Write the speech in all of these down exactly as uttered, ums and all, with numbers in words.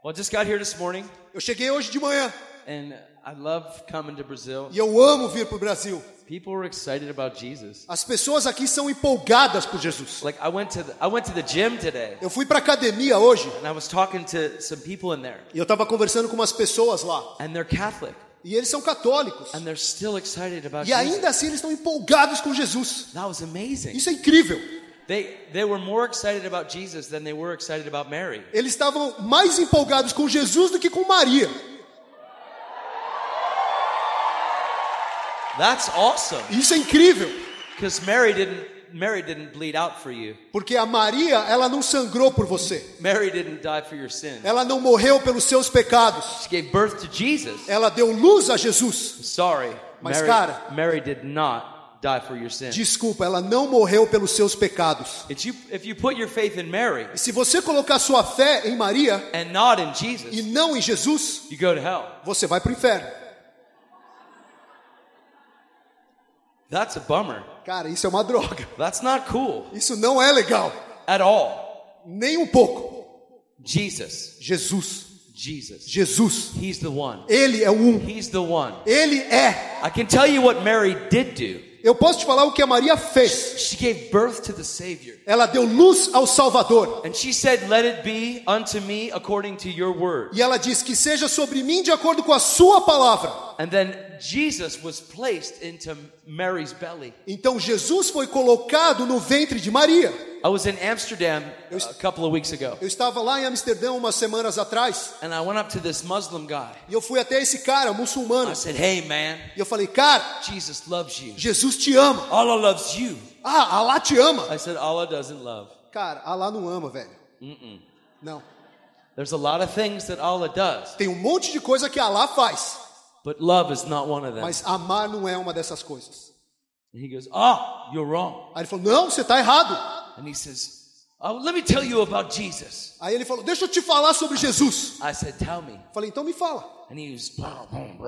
Well, I just got here this morning. Eu cheguei hoje de manhã. And I love coming to Brazil. E eu amo vir para o Brasil. People were excited about Jesus. As pessoas aqui são empolgadas por Jesus. Like I went to the, I went to the gym today. Eu fui para academia hoje. And I was talking to some people in there. E eu estava conversando com umas pessoas lá. And they're Catholic. E eles são católicos. And they're still excited about E ainda assim eles estão empolgados com Jesus. That was amazing. Isso é incrível. They they were more excited about Jesus than they were excited about Mary. Eles estavam mais empolgados com Jesus do que com Maria. That's awesome. Isso é incrível. Because Mary didn't Mary didn't bleed out for you. Porque a Maria, ela não sangrou por você. Mary didn't die for your sins. Ela não morreu pelos seus pecados. She gave birth to Jesus. Ela deu luz a Jesus. Sorry. Mas Mary, cara, Mary did not die for your sins. Desculpa, ela não morreu pelos seus pecados. If you, if you put your faith in Mary, e se você colocar sua fé em Maria and not in Jesus, e não em Jesus, you go to hell. Você vai para o inferno. That's a bummer. Cara, isso é uma droga. That's not cool. Isso não é legal. At all. Nem um pouco. Jesus. Jesus. Jesus. Jesus. He's the one. Ele é o um. He's the one. Ele é. I can tell you what Mary did do. Eu posso te falar o que a Maria fez. She gave birth to the Savior. Ela deu luz ao Salvador. And she said, "Let it be unto me according to your word." E ela disse que seja sobre mim de acordo com a sua palavra. And then Jesus was placed into Mary's belly. Então Jesus foi colocado no ventre de Maria. I was in Amsterdam a couple of weeks ago. Eu estava lá em Amsterdã umas semanas atrás. And I went up to this Muslim guy. E eu fui até esse cara muçulmano. I said, "Hey man." E eu falei, cara, Jesus loves you. Jesus te ama. Allah loves you. Ah, Allah te ama. I said, Allah doesn't love. Cara, Allah não ama, velho. Mm-mm. Não. There's a lot of things that Allah does. Tem um monte de coisa que Allah faz. But love is not one of them. Mas amar não é uma dessas coisas. And he goes, "Ah, oh, you're wrong." Aí ele falou, não, você está errado. And he says, oh, "Let me tell you about Jesus." Aí ele falou, deixa eu te falar sobre Jesus. I said, "Tell me." Falei, então me fala. And he was, wow,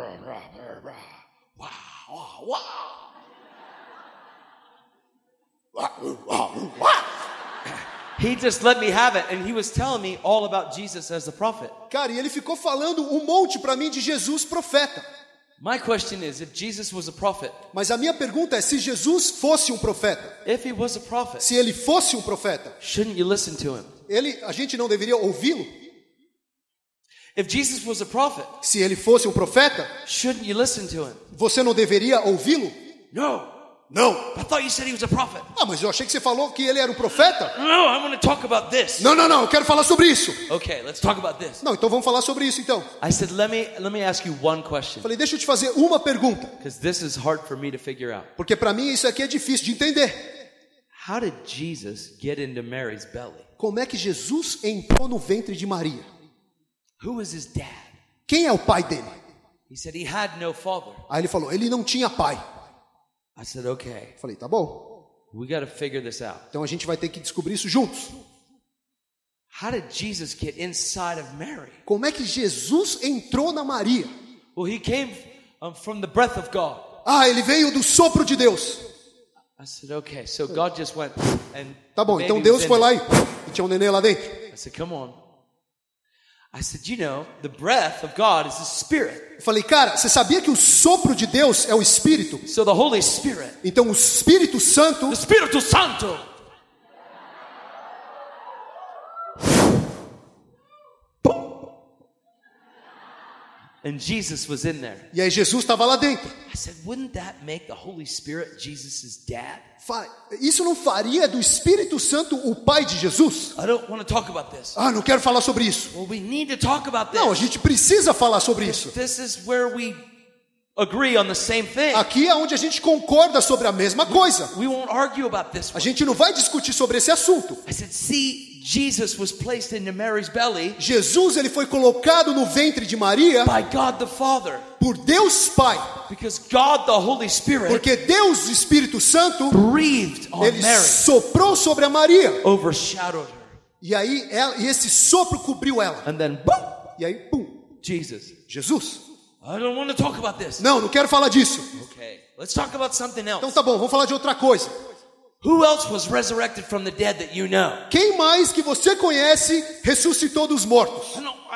wow. He just let me have it, and he was telling me all about Jesus as a prophet. Cara, e ele ficou falando um monte para mim de Jesus profeta. My question is, if Jesus was a prophet, mas a minha pergunta é, se Jesus fosse um profeta, if he was a prophet, se ele fosse um profeta, shouldn't you listen to him? Ele, a gente não deveria ouvi-lo? If Jesus was a prophet, se ele fosse um profeta, shouldn't you listen to him? Você não deveria ouvi-lo? No. Não. I thought you said he was a prophet. Ah, mas eu achei que você falou que ele era um profeta. No, I want to talk about this. Não, não, não, eu quero falar sobre isso. Okay, let's talk about this. Não, então vamos falar sobre isso então. I said, let me let me ask you one question. Falei, deixa eu te fazer uma pergunta. Because this is hard for me to figure out. Porque para mim isso aqui é difícil de entender. How did Jesus get into Mary's belly? Como é que Jesus entrou no ventre de Maria? Who was his dad? Quem é o pai dele? He said he had no father. Aí ele falou, ele não tinha pai. I said, okay. Falei, tá bom. We got to figure this out. Então a gente vai ter que descobrir isso juntos. How did Jesus get inside of Mary? Como é que Jesus entrou na Maria? Well, he came um, from the breath of God. Ah, ele veio do sopro de Deus. I said, okay. So God just went and Tá bom, então Deus foi lá e, e tinha um neném lá dentro. I said, come on. I said, you know, the breath of God is the Spirit. Eu falei, cara, você sabia que o sopro de Deus é o Espírito? So the Holy Spirit. Então o Espírito Santo. The Espírito Santo. And Jesus was in there. E aí Jesus estava lá dentro. I said, wouldn't that make the Holy Spirit Jesus' dad? Isso não faria do Espírito Santo o pai de Jesus? I don't want to talk about this. Ah, não quero falar sobre isso. Well, we need to talk about this. Não, a gente precisa falar sobre isso. This is where we agree on the same thing. Aqui é onde a gente concorda sobre a mesma coisa. We won't argue about this one. A gente não vai discutir sobre esse assunto. I said, see, Jesus was placed into Mary's belly. Jesus, ele foi colocado no ventre de Maria by God the Father. Por Deus Pai. Because God the Holy Spirit. Porque Deus, o Espírito Santo, breathed on ele Mary. soprou sobre a Maria. Overshadowed her. E aí ela, e esse sopro cobriu ela. And then boom. E aí, pum. Jesus. Jesus. I don't want to talk about this. Não, não quero falar disso. Okay, let's talk about something else. Então tá bom, vamos falar de outra coisa. Who else was resurrected from the dead that you know? Quem mais que você conhece ressuscitou dos mortos? I don't, I don't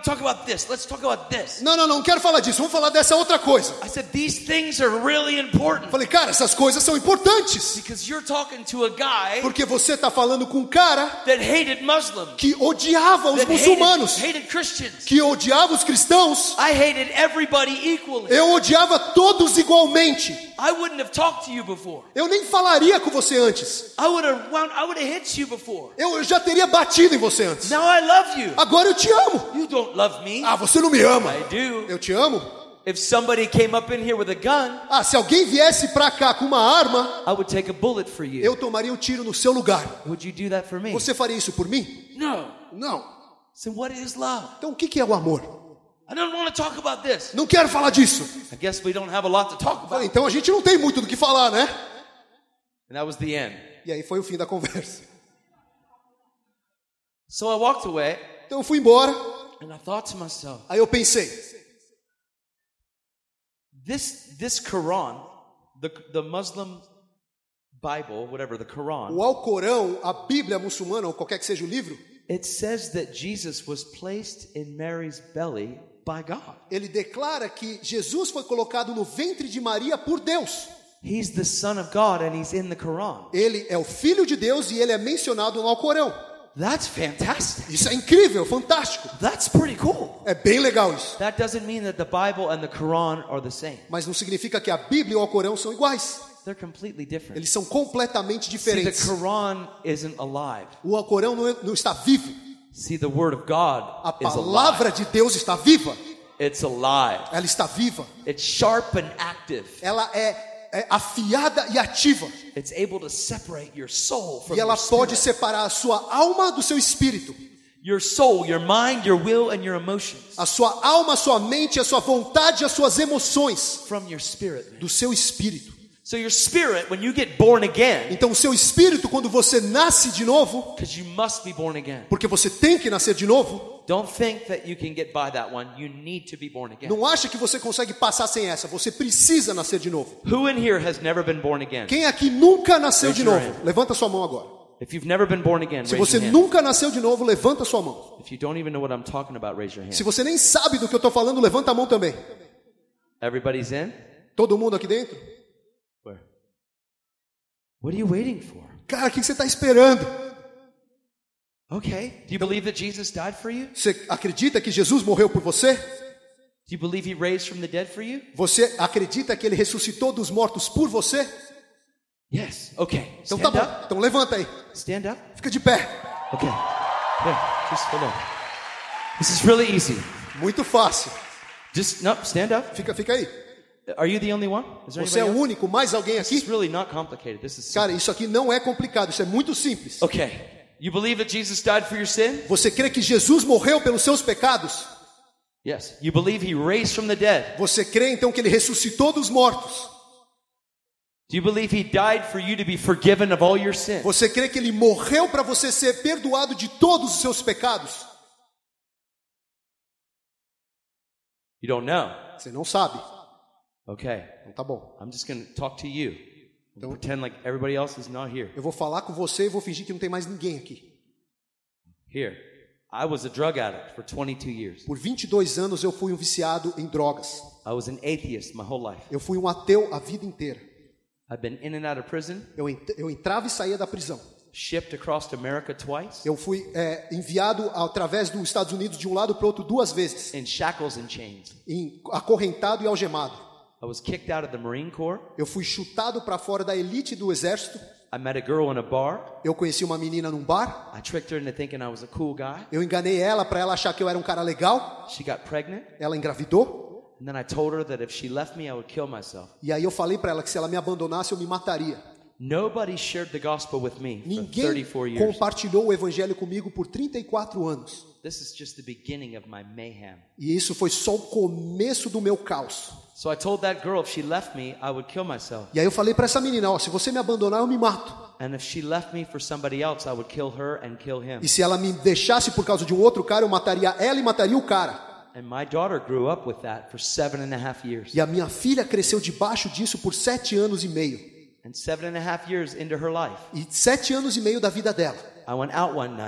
want to talk about this. Let's talk about this. Não, não, não quero falar disso. Vamos falar dessa outra coisa. I said, these things are really important. Falei, cara, essas coisas são importantes. Because you're talking to a guy Porque você está falando com um cara that hated Muslims. que odiava os That muçulmanos, hated, hated Christians. que odiava os cristãos. I hated everybody equally. Eu odiava todos igualmente. I wouldn't have talked to you before. Eu nem falaria com você antes. I would have wound, I would have hit you before. Eu, eu já teria batido em você antes. Now I love you. Agora eu te amo. You don't love me. Ah, você não me ama. I do. Eu te amo. If somebody came up in here with a gun, Ah, se alguém viesse pra cá com uma arma, I would take a bullet for you. eu tomaria um tiro no seu lugar. Would you do that for me? Você faria isso por mim? No. Não. So what is love? Então o que que é o amor? I don't want to talk about this. Não quero falar disso. I guess we don't have a lot to talk Falei, about. então a gente não tem muito do que falar, né? And that was the end. E aí foi o fim da conversa. So I walked away Então eu fui embora. and I thought to myself, Aí eu pensei, this this Quran, the the Muslim Bible, whatever, the Quran, o Alcorão, a Bíblia muçulmana, ou qualquer que seja o livro, it says that Jesus was placed in Mary's belly by God. ele declara que Jesus foi colocado no ventre de Maria por Deus. He's the Son of God and he's in the Quran. Ele é o Filho de Deus e ele é mencionado no Alcorão. That's fantastic. Isso é incrível, fantástico. That's pretty cool. É bem legal isso. That doesn't mean that the Bible and the Quran are the same. Mas não significa que a Bíblia e o Alcorão são iguais. They're completely different. Eles são completamente See, the diferentes. Quran isn't alive. O Alcorão não, é- não está vivo. See, the Word of God A is palavra alive. de Deus está viva. It's alive. Ela está viva. It's sharp and active. Ela é, é afiada e ativa. It's able to separate your soul from E ela your pode spirit. separar a sua alma do seu espírito. Your soul, your mind, your will, and your emotions A sua alma, a sua mente, a sua vontade, as suas emoções from your spirit. Man. do seu espírito. So your spirit, when you get born again, Então o seu espírito, quando você nasce de novo, because you must be born again. porque você tem que nascer de novo, Don't think that you can get by that one. You need to be born again. não acha que você consegue passar sem essa. Você precisa nascer de novo. Who in here has never been born again? Quem aqui nunca nasceu Raise de your novo? hand. Levanta sua mão agora. If you've never been born again, Se raise você your hand. nunca nasceu de novo, levanta sua mão. If you don't even know what I'm talking about, raise your hand. Se você nem sabe do que eu estou falando, levanta a mão também. Everybody's in? Todo mundo aqui dentro? Where? What are you waiting for? Cara, o que você está esperando? Okay. Do you believe that Jesus died for you? Você acredita que Jesus morreu por você? Do you believe he raised from the dead for you? Você acredita que ele ressuscitou dos mortos por você? Yes. Okay. Então Stand tá bom. up. Então levanta aí. Stand up. Fica de pé. Okay. Here, just hold on. This is really easy. Muito fácil. Just no, stand up. Fica, fica aí. Are you the only one? Is there Você é o anybody else? único, mais alguém This is aqui? really not complicated. This is Cara, simple. isso aqui não é complicado, isso é muito simples. Okay. You believe that Jesus died for your sin? Você crê que Jesus morreu pelos seus pecados? Yes. You believe he raised from the dead? Você crê então que ele ressuscitou dos mortos? Do you believe he died for you to be forgiven of all your sin? Você crê que ele morreu para você ser perdoado de todos os seus pecados? You don't know. Você não sabe. Okay. Então tá bom. I'm just going to talk to you. Então, Pretend like everybody else is not here. eu vou falar com você e vou fingir que não tem mais ninguém aqui. Here. I was a drug addict for twenty-two years. Por vinte e dois anos eu fui um viciado em drogas. I was an atheist my whole life. Eu fui um ateu a vida inteira. I've been in and out of prison, Eu, ent- eu entrava e saía da prisão. shipped across to America twice, Eu fui é, enviado através dos Estados Unidos de um lado para o outro duas vezes. in shackles and chains. Em- acorrentado e algemado. I was kicked out of the Marine Corps. Eu fui chutado para fora da elite do exército. I met a girl in a bar. Eu conheci uma menina num bar. I tricked her into thinking I was a cool guy. Eu enganei ela para ela achar que eu era um cara legal. She got pregnant. Ela engravidou. And then I told her that if she left me, I would kill myself. E aí eu falei para ela que se ela me abandonasse eu me mataria. Nobody shared the gospel with me for Ninguém thirty-four years. compartilhou o evangelho comigo por trinta e quatro anos. This is just the beginning of my mayhem. E isso foi só o começo do meu caos. So I told that girl if she left me, I would kill myself. E aí eu falei para essa menina, ó, se você me abandonar eu me mato. And if she left me for somebody else, I would kill her and kill him. E se ela me deixasse por causa de um outro cara, eu mataria ela e mataria o cara. And my daughter grew up with that for seven and a half years. E a minha filha cresceu debaixo disso por sete anos e meio. And seven and a half years into her life, E sete anos e meio da vida dela. I went out one night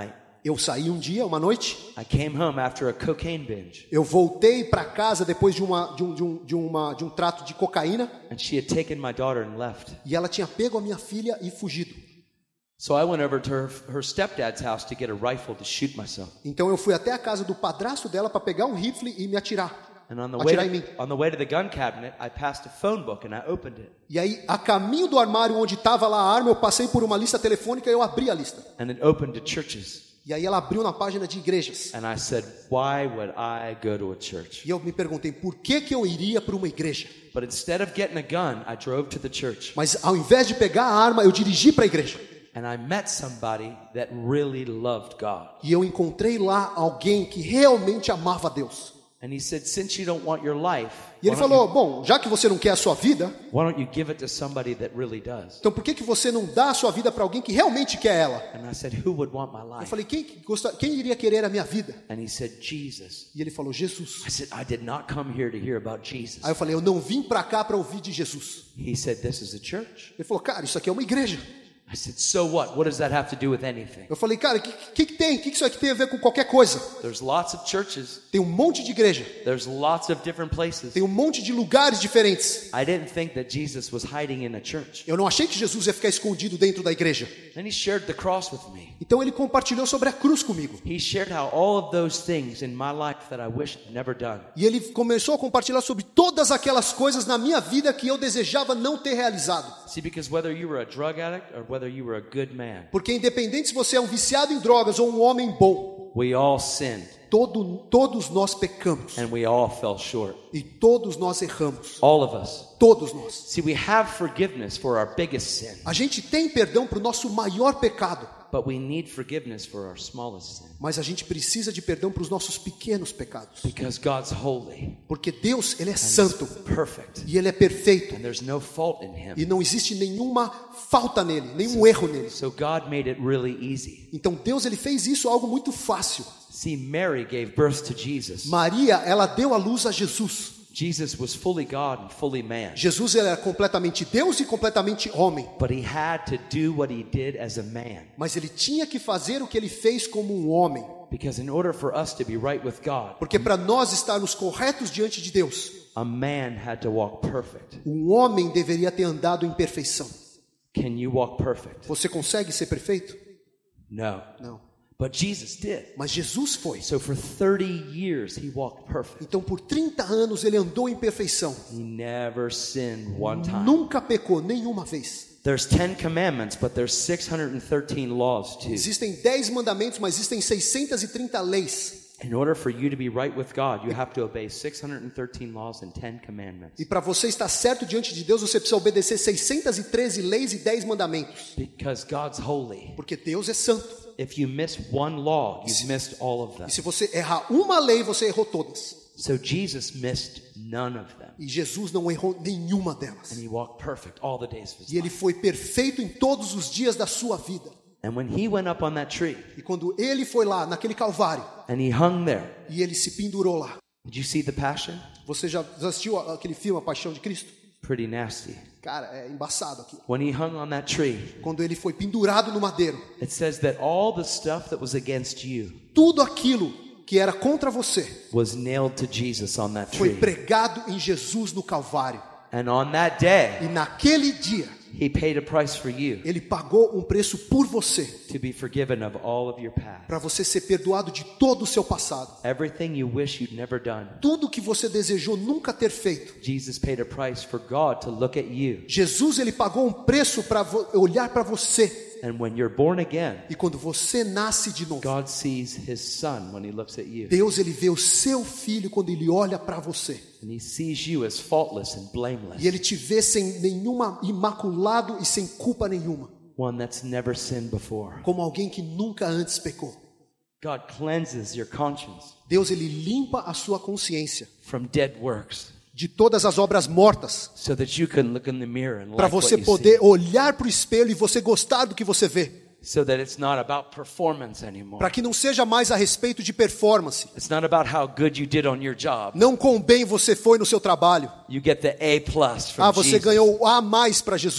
Eu saí um dia, uma noite. I came home after a cocaine binge. Eu voltei para casa depois de uma de um, de um de uma de um trato de cocaína. And she had taken my daughter and left. E ela tinha pego a minha filha e fugido. So I went over to her, her stepdad's house to get a rifle to shoot myself. Então eu fui até a casa do padrasto dela para pegar um rifle e me atirar. And on the way atirar em mim. to, on the way to the gun cabinet, I passed a phone book and I opened it. E aí, a caminho do armário onde estava lá a arma, eu passei por uma lista telefônica e eu abri a lista. And it opened to churches. E aí ela abriu na página de igrejas. And I said, why would I go to a church? E eu me perguntei, por que que eu iria para uma igreja? But instead of getting a gun, I drove to the church. Mas ao invés de pegar a arma, eu dirigi para a igreja. And I met somebody that really loved God. E eu encontrei lá alguém que realmente amava a Deus. And he said, since you don't want your life, E ele why don't falou, bom, já que você não quer a sua vida, you, why don't you give it to somebody that really does? então por que que você não dá a sua vida para alguém que realmente quer ela? And I said, who would want my Eu life? falei, quem, que gosta, quem iria querer a minha vida? And he said, Jesus. E ele falou, Jesus. I said, I did not come here to hear about Jesus. Aí eu falei, eu não vim para cá para ouvir de Jesus. He said, this is a church. Ele falou, cara, isso aqui é uma igreja. I said, so what? What does that have to do with anything? Eu falei, cara, o que, que, que tem? O que, que isso aqui tem a ver com qualquer coisa? There's lots of churches. Tem um monte de igreja. There's lots of different places. Tem um monte de lugares diferentes. I didn't think that Jesus was hiding in a church. Eu não achei que Jesus ia ficar escondido dentro da igreja. Then he shared the cross with me. Então ele compartilhou sobre a cruz comigo. He shared how all of those things in my life that I wish I'd never done. E ele começou a compartilhar sobre todas aquelas coisas na minha vida que eu desejava não ter realizado. See, because whether you were a drug addict or whether you were a good man, Porque independente se você é um viciado em drogas ou um homem bom, we all sinned todo, todos nós pecamos. and we all fell short. E todos nós erramos. All of us. Todos nós. See, we have forgiveness for our biggest sin, A gente tem perdão para o nosso maior pecado. but we need forgiveness for our smallest sin. Mas a gente precisa de perdão para os nossos pequenos pecados. Because God's holy, Porque Deus, Ele é santo. perfect, E Ele é perfeito. and there's no fault in Him. E não existe nenhuma falta nele, nenhum erro nele. So God made it really easy. Então Deus, Ele fez isso algo muito fácil. See, Mary gave birth to Jesus. Maria, ela deu à luz a Jesus. Jesus was fully God and fully man. Jesus era completamente Deus e completamente homem. But he had to do what he did as a man. Mas ele tinha que fazer o que ele fez como um homem. Because in order for us to be right with God, Porque para nós estarmos corretos diante de Deus, a man had to walk perfect. um homem deveria ter andado em perfeição. Can you walk perfect? Você consegue ser perfeito? No. Não. But Jesus did. Mas Jesus foi. So for thirty years he walked perfect. Então por trinta anos ele andou em perfeição. He never sinned one time. Nunca pecou nenhuma vez. There's ten commandments, but there's six hundred thirteen laws too. Existem dez mandamentos, mas existem seiscentas e trinta leis. In order for you to be right with God, you have to obey six hundred thirteen laws and ten commandments. E para você estar certo diante de Deus, você precisa obedecer seiscentas e treze leis e dez mandamentos. Because God's holy. Porque Deus é santo. If you miss one law, you've missed all of them. E se você errar uma lei, você errou todas. So Jesus missed none of them. E Jesus não errou nenhuma delas. And he walked perfect all the days of his E ele life. foi perfeito em todos os dias da sua vida. And when he went up on that tree E quando ele foi lá, naquele calvário, and he hung there, e ele se pendurou lá. did you see the passion? Você já assistiu aquele filme A Paixão de Cristo? Pretty nasty. Cara, é embaçado aqui. When he hung on that tree, Quando ele foi pendurado no madeiro, it says that all the stuff that was against you tudo aquilo que era contra você was nailed to Jesus on that foi tree. pregado em Jesus no calvário. And on that day, E naquele dia, he paid a price for you ele pagou um preço por você, to be forgiven of all of your past. para você ser perdoado de todo o seu passado. Everything you wish you'd never done. Tudo que você desejou nunca ter feito. Jesus paid a price for God to look at you. Jesus, ele pagou um preço para olhar para você. And when you're born again, E quando você nasce de novo, God sees his son when he looks at you. Deus, ele vê o seu filho quando ele olha para você. And he sees you as faultless and blameless. E ele te vê sem nenhuma imaculado e sem culpa nenhuma, One that's never sinned before. como alguém que nunca antes pecou. God cleanses your conscience Deus, ele limpa a sua consciência from dead works de todas as obras mortas, so that you can look in the mirror and para like what você you poder see. olhar para o espelho e você gostar do que você vê, So that it's not about performance anymore. para que não seja mais a respeito de performance, It's not about how good you did on your job. não quão bem você foi no seu trabalho. You get the A plus from Ah, você Jesus. ganhou o A mais para Jesus.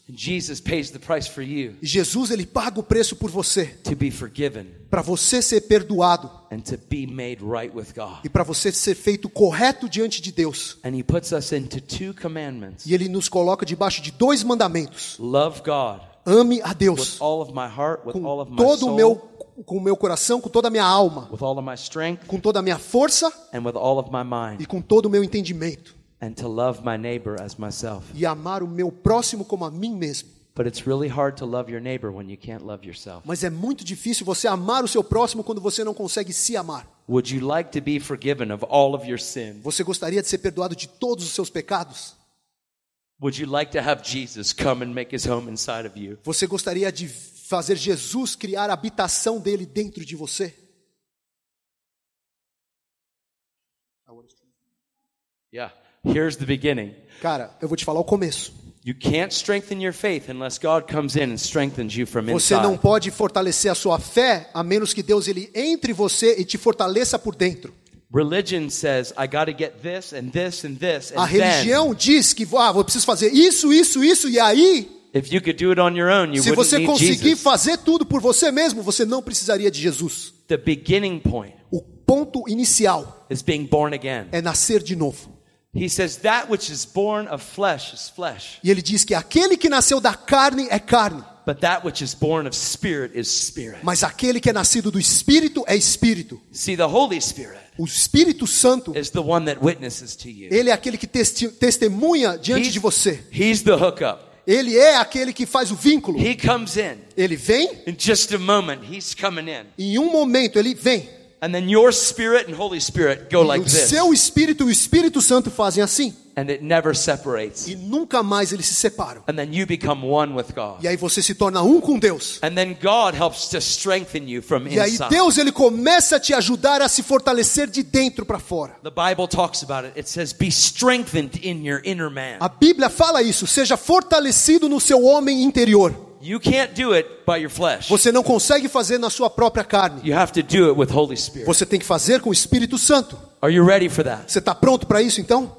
Jesus pays the price for you E Jesus, ele paga o preço por você, to be forgiven para você ser perdoado and to be made right with God. e para você ser feito correto diante de Deus. And he puts us into two commandments. E ele nos coloca debaixo de dois mandamentos. Love God Ame a with Deus all of my heart, with all of com my todo o meu, soul, com o meu coração, com toda a minha alma, with all of my strength, com toda a minha força and with all of my e mind, com todo o meu entendimento. and to love my neighbor as myself. E amar o meu próximo como a mim mesmo. But it's really hard to love your neighbor when you can't love yourself. Mas é muito difícil você amar o seu próximo quando você não consegue se amar. Would you like to be forgiven of all of your sins? Você gostaria de ser perdoado de todos os seus pecados? Would you like to have Jesus come and make his home inside of you? Você gostaria de fazer Jesus criar a habitação dele dentro de você? Yeah. Here's the beginning. Cara, eu vou te falar o começo. You can't strengthen your faith unless God comes in and strengthens you from Você não inside. pode fortalecer a sua fé a menos que Deus ele entre você e te fortaleça por dentro. Religion says, I got to get this and this and this, A and then, religião diz que ah, eu preciso fazer isso, isso, isso e aí, if you could do it on your own, you se wouldn't você need conseguir Jesus. fazer tudo por você mesmo, você não precisaria de Jesus. The beginning point O ponto inicial is being born again. é nascer de novo. He says, that which is born of flesh is flesh, E ele diz que aquele que nasceu da carne é carne, but that which is born of spirit is spirit. mas aquele que é nascido do Espírito é Espírito. See, the Holy Spirit O Espírito Santo, is the one that witnesses to you. ele é aquele que testi- testemunha diante He's, de você. he's the hookup. Ele é aquele que faz o vínculo. He comes in. Ele vem, In just a moment, he's coming in. em um momento ele vem. And then your spirit and Holy Spirit go like O this. seu Espírito e o Espírito Santo fazem assim. And it never separates. E nunca mais eles se separam. And then you become one with God. E aí você se torna um com Deus. And then God helps to strengthen you from E aí inside. Deus ele começa a te ajudar a se fortalecer de dentro para fora. The Bible talks about it. It says, be strengthened in your inner man. A Bíblia fala isso, seja fortalecido no seu homem interior. You can't do it by your flesh. Você não consegue fazer na sua própria carne. You have to do it with Holy Spirit. Você tem que fazer com o Espírito Santo. Are you ready for that? Você está pronto para isso então?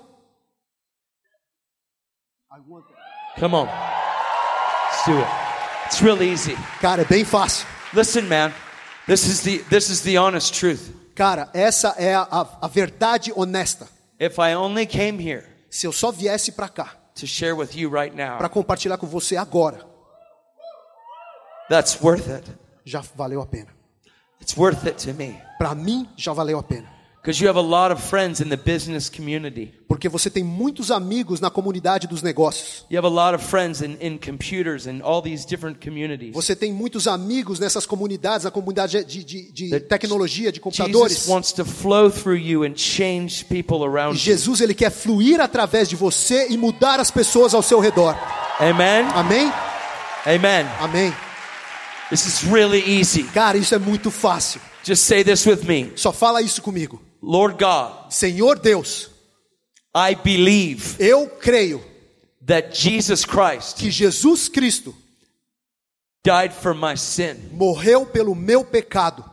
Come on. Let's do it. It's really easy. Cara, é bem fácil. Listen, man. This is the this is the honest truth. Cara, essa é a, a, a verdade honesta. If I only came here Se eu só viesse para cá, to share with you right para now, compartilhar com você agora, that's worth it. já valeu a pena. It's worth it to me. Para mim, já valeu a pena. Because you have a lot of friends in the business community. Porque você tem muitos amigos na comunidade dos negócios. You have a lot of friends in, in computers and all these different communities. Você tem muitos amigos nessas comunidades, na comunidade de, de, de That tecnologia, de computadores. Jesus wants to flow through you and change people E around you. Jesus ele quer fluir através de você e mudar as pessoas ao seu redor. Amen? Amém? Amen. Amém. This is really easy. Cara, isso é muito fácil. Just say this with me. Só fala isso comigo. Lord God, Senhor Deus, I believe eu creio that Jesus Christ que Jesus Cristo died for my sin. morreu pelo meu pecado.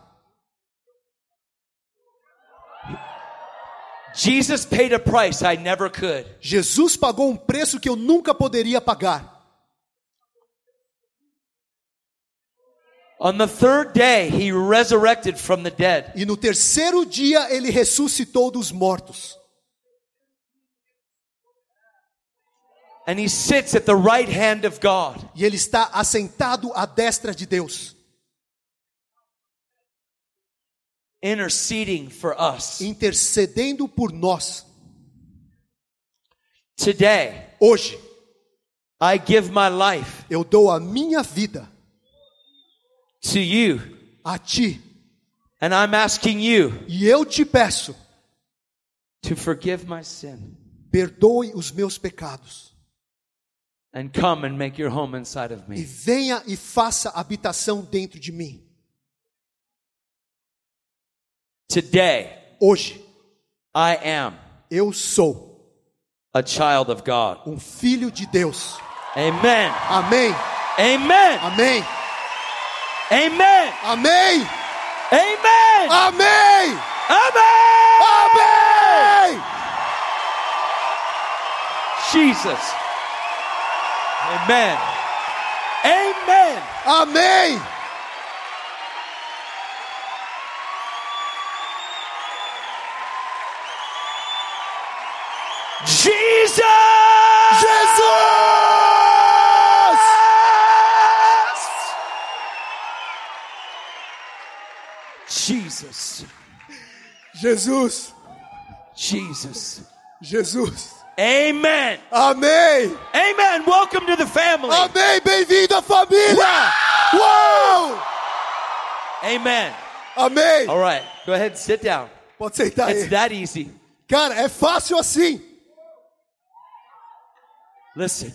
Jesus paid a price I never could. Jesus pagou um preço que eu nunca poderia pagar. On the third day, he resurrected from the dead. E no terceiro dia ele ressuscitou dos mortos. And he sits at the right hand of God. E ele está assentado à destra de Deus, Interceding for us. intercedendo por nós. Today, Hoje, I give my life eu dou a minha vida to you. a ti. And I'm asking you E eu te peço, to forgive my sin. perdoe os meus pecados. And come and make your home inside of E me. venha e faça habitação dentro de mim. Today, Hoje, I am eu sou a child of God. um filho de Deus. Amen. Amém. Amen. Amém. Amen. Amém. Amen. Amém. Amen. Amém. Jesus. Amen. Amen. Amém. Jesus! Jesus! Jesus. Jesus! Jesus. Jesus! Amen. Amém! Amen. Welcome to the family. Amém! Bem-vindo à família! Uau! Amen. Amém! All right. Go ahead and sit down. Pode sentar It's aí. that easy. Cara, é fácil assim. Listen.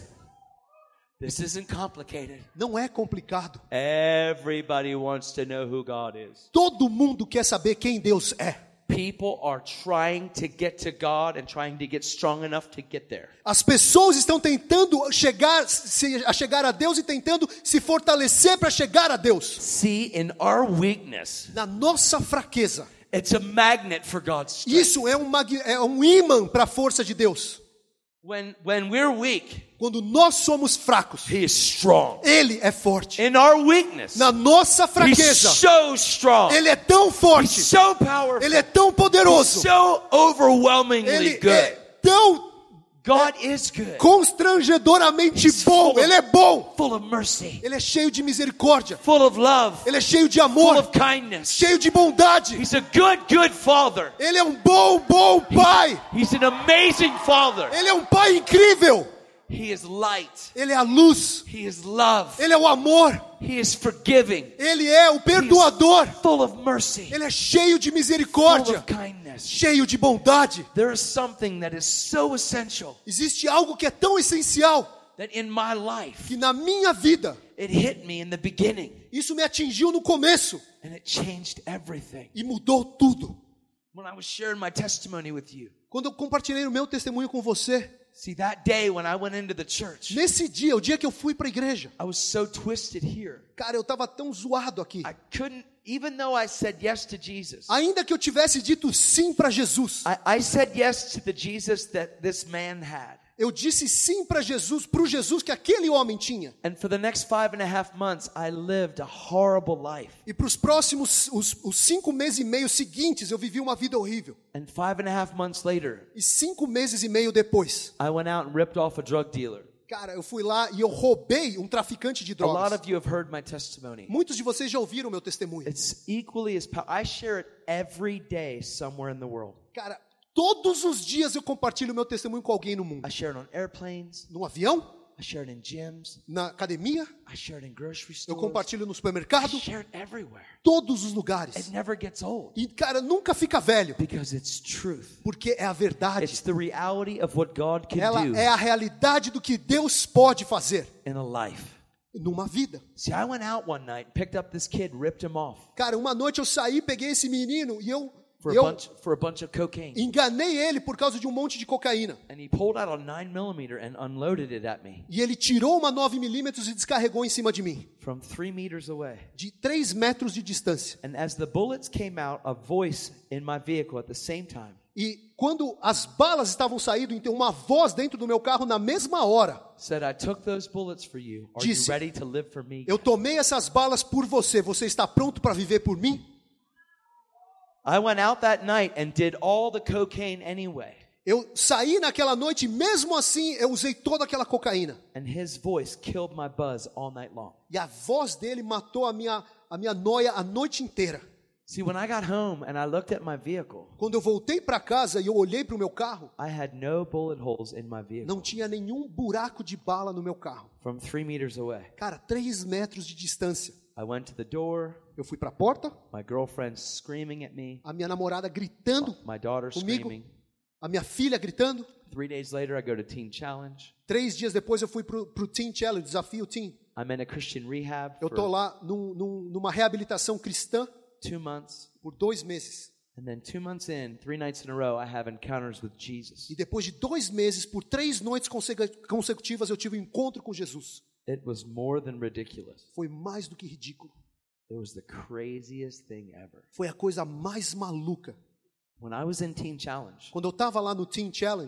This isn't complicated. Não é complicado. Everybody wants to know who God is. Todo mundo quer saber quem Deus é. People are trying to get to God and trying to get strong enough to get there. As pessoas estão tentando chegar, se, a chegar a Deus e tentando se fortalecer para chegar a Deus. See, in our weakness, Na nossa fraqueza. it's a magnet for God's strength. Isso é um, mag- é um imã para a força de Deus. When, when we're weak, Quando nós somos fracos, He is strong. Ele é forte. In our weakness, Na nossa He's fraqueza, so strong. Ele é tão He's forte. so powerful. Ele é tão He's poderoso. so overwhelmingly Ele good. é tão God is good. constrangedoramente He's bom. full of- Ele é bom. Full of mercy. Ele é cheio de misericórdia. Full of love. Ele é cheio de Full amor. of kindness. Cheio de bondade. He's a good, good father. Ele é um bom, bom pai. He's an amazing father. Ele é um pai incrível. He is light. Ele é a luz. He is love. Ele é o amor. He is forgiving. Ele é o perdoador. Full of mercy. Ele é cheio de Full misericórdia. of kindness. Cheio de bondade. There is something that is so essential Existe algo que é tão essencial that in my life, que na minha vida, it hit me in the beginning isso me atingiu no começo and it changed everything. e mudou tudo. When I was sharing my testimony with you, Quando eu compartilhei o meu testemunho com você, see, that day when I went into the church, nesse dia, o dia que eu fui para a igreja, I was so twisted here. cara, eu estava tão zoado aqui. I couldn't, even though I said yes to Jesus, Ainda que eu tivesse dito sim para Jesus, I, I said yes to the Jesus that this man had. eu disse sim para Jesus, para o Jesus que aquele homem tinha. And for the next five and a half months, I lived a horrible life. E para os próximos, os, os cinco meses e meio seguintes, eu vivi uma vida horrível. And five and a half months later, E cinco meses e meio depois, I went out and ripped off a drug dealer. cara, eu fui lá e eu roubei um traficante de A lot drogas. of you have heard my testimony. Muitos de vocês já ouviram o meu testemunho. It's equally as powerful. I share it every day somewhere in the world. Cara, todos os dias eu compartilho o meu testemunho com alguém no mundo. I share it on airplanes. No avião, I share it in gyms. na academia, I share it in grocery eu stores. compartilho no I supermercado, share it everywhere. todos os lugares. It never gets old E, cara, nunca fica velho, because it's truth. porque é a verdade. It's the reality of what God can Ela do é a realidade do que Deus pode fazer in a life. numa vida. See, I went out one night, picked up this kid, ripped him off Cara, uma noite eu saí, peguei esse menino e eu, for a eu bunch for a bunch of cocaine. enganei ele por causa de um monte de cocaína. And he pulled out a nine millimeter and unloaded it at me E ele tirou uma nove milímetros e descarregou em cima de mim, from three meters away. de três metros de distância. And as the bullets came out, a voice in my vehicle at the same time E quando as balas estavam saindo, então uma voz dentro do meu carro na mesma hora, said, I took those bullets for you. Are Disse, you ready to live for me? eu tomei essas balas por você, você está pronto para viver por mim? I went out that night and did all the cocaine anyway. Eu saí naquela noite e mesmo assim eu usei toda aquela cocaína. And his voice killed my buzz all night long. E a voz dele matou a minha, a minha noia a noite inteira. See, when I got home and I looked at my vehicle, Quando eu voltei para casa e eu olhei para o meu carro, I had no bullet holes in my vehicle não tinha nenhum buraco de bala no meu carro. from three meters away. Cara, três metros de distância. I went to the door, Eu fui para a porta, my girlfriend screaming at me, a minha namorada gritando my daughter comigo, screaming. a minha filha gritando. Three days later, I go to Teen Challenge. Três dias depois eu fui para o Teen Challenge, Desafio Teen. I'm in a Christian rehab Eu estou for lá num, num, numa reabilitação cristã two months. por dois meses. And then two months in, three nights in a row, I have encounters with Jesus. E depois de dois meses, por três noites consecu- consecutivas, eu tive um encontro com Jesus. It was more than ridiculous. Foi mais do que ridículo. It was the craziest thing ever. Foi a coisa mais maluca. When I was in Teen Challenge, Quando eu estava lá no Teen Challenge,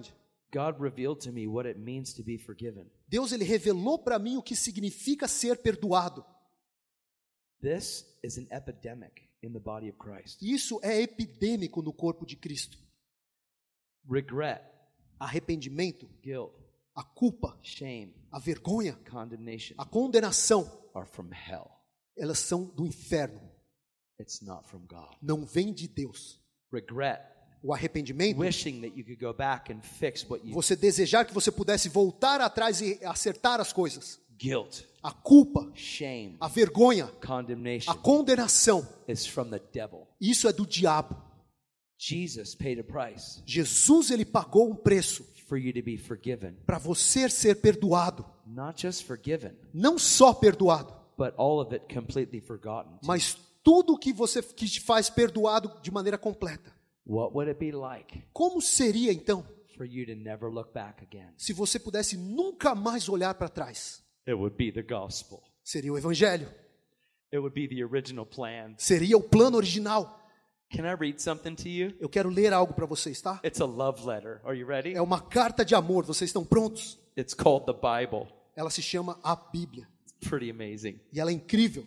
God revealed to me what it means to be forgiven. Deus ele revelou para mim o que significa ser perdoado. This is an epidemic in the body of Christ. Isso é epidêmico no corpo de Cristo. Regret, Arrependimento, guilt, a culpa, shame, a vergonha, condemnation a condenação, are from hell. elas são do inferno. It's not from God. Não vem de Deus. Regret, O arrependimento, wishing that you could go back and fix what you você desejar que você pudesse voltar atrás e acertar as coisas. guilt, A culpa, shame, a vergonha, condemnation a condenação, is from the devil. isso é do diabo. Jesus paid a price Jesus ele pagou um preço for you to be forgiven. para você ser perdoado. Not just forgiven, Não só perdoado, but all of it completely forgotten. mas tudo que você que te faz perdoado de maneira completa. What would it be like Como seria então for you to never look back again? se você pudesse nunca mais olhar para trás? It would be the gospel. Seria o evangelho, It would be the original plan. seria o plano original. Can I read something to you? Eu quero ler algo para vocês, tá? It's a love letter. Are you ready? É uma carta de amor, vocês estão prontos? It's called the Bible. Ela se chama a Bíblia It's pretty amazing. e ela é incrível.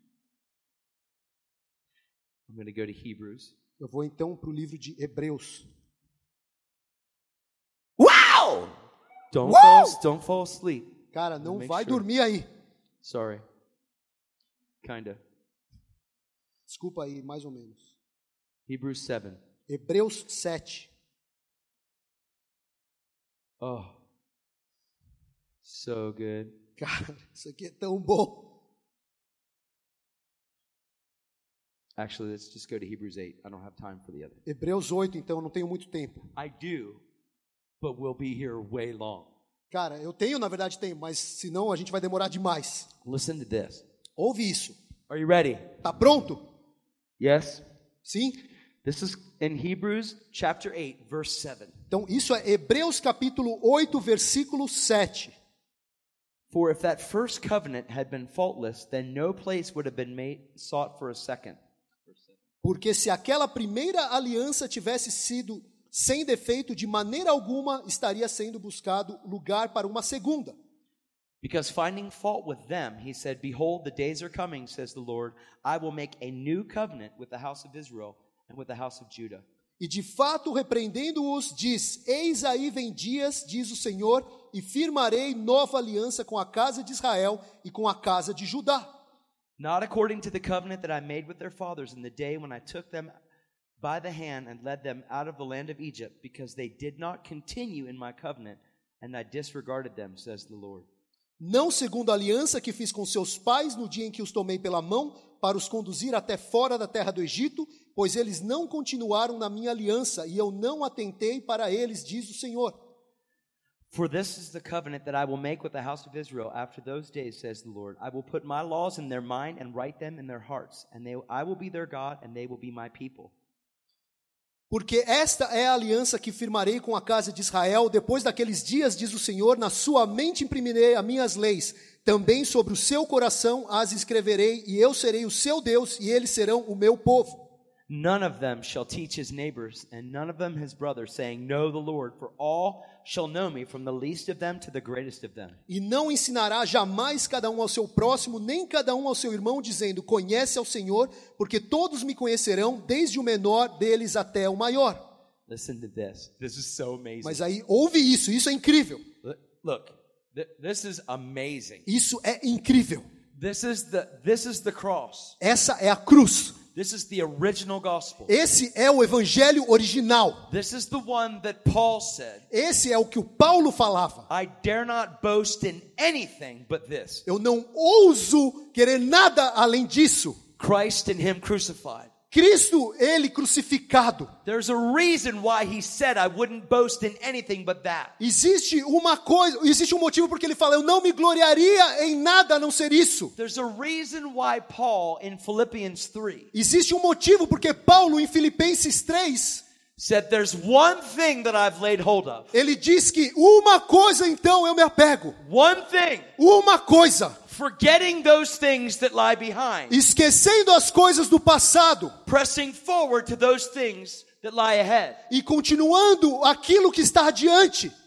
I'm going to go to Hebrews. Eu vou então para o livro de Hebreus. Wow! Don't Wow! fall, don't fall asleep. Cara, não Make vai sure. dormir aí. Sorry. Kinda. Desculpa aí, mais ou menos. Hebrews seven. Hebreus sete. Oh. So good. Cara, isso aqui é tão bom. Actually, let's just go to Hebrews eight. I don't have time for the other. Hebreus oito, então, eu não tenho muito tempo. I do, but we'll be here way long. Cara, eu tenho, na verdade tenho, mas senão a gente vai demorar demais. Listen to this. Ouve isso. Are you ready? Tá pronto? Yes. Sim? This is in Hebrews chapter eight, verse seven. Então, isso é Hebreus capítulo oito, versículo sete. For if that first covenant had been faultless, then no place would have been made sought for a second. Porque se aquela primeira aliança tivesse sido sem defeito, de maneira alguma estaria sendo buscado lugar para uma segunda. Because finding fault with them, he said, Behold, the days are coming, says the Lord, I will make a new covenant with the house of Israel and with the house of Judah. E de fato, repreendendo-os, diz: Eis aí vem dias, diz o Senhor, e firmarei nova aliança com a casa de Israel e com a casa de Judá. Not according to the covenant that I made with their fathers in the day when I took them by the hand and led them out of the land of Egypt, because they did not continue in my covenant, and I disregarded them, says the Lord. Não segundo a aliança que fiz com seus pais no dia em que os tomei pela mão para os conduzir até fora da terra do Egito, pois eles não continuaram na minha aliança e eu não atentei para eles, diz o Senhor. For this is the covenant that I will make with the house of Israel after those days, says the Lord. I will put my laws in their mind and write them in their hearts, and they, I will be their God, and they will be my people. Porque esta é a aliança que firmarei com a casa de Israel, depois daqueles dias, diz o Senhor, na sua mente imprimirei as minhas leis, também sobre o seu coração as escreverei, e eu serei o seu Deus, e eles serão o meu povo. None of them shall teach his neighbors, and none of them his brothers, saying, Know the Lord, for all shall know me, from the least of them to the greatest of them. E não ensinará jamais cada um ao seu próximo, nem cada um ao seu irmão, dizendo, Conhece ao Senhor, porque todos me conhecerão, desde o menor deles até o maior. Listen to this. This is so amazing. Mas aí, ouve isso, isso é incrível. Look, th- this is amazing. Isso é incrível. This is the this is the cross. Essa é a cruz. This is the original gospel. Esse é o evangelho original. This is the one that Paul said. Esse é o que o Paulo falava. I dare not boast in anything but this. Eu não ouso querer nada além disso. Christ and him crucified. Cristo, ele crucificado. There's a reason why he said I wouldn't boast in anything but that. Existe uma coisa, existe um motivo porque ele fala, eu não me gloriaria em nada a não ser isso. There's a reason why Paul in Philippians three Existe um motivo porque Paulo em Filipenses três said there's one thing that I've laid hold of. ele diz que uma coisa então eu me apego. One thing. Uma coisa. Forgetting those things that lie behind. Esquecendo as coisas do passado. Pressing forward to those things that lie ahead. E continuando aquilo que está adiante.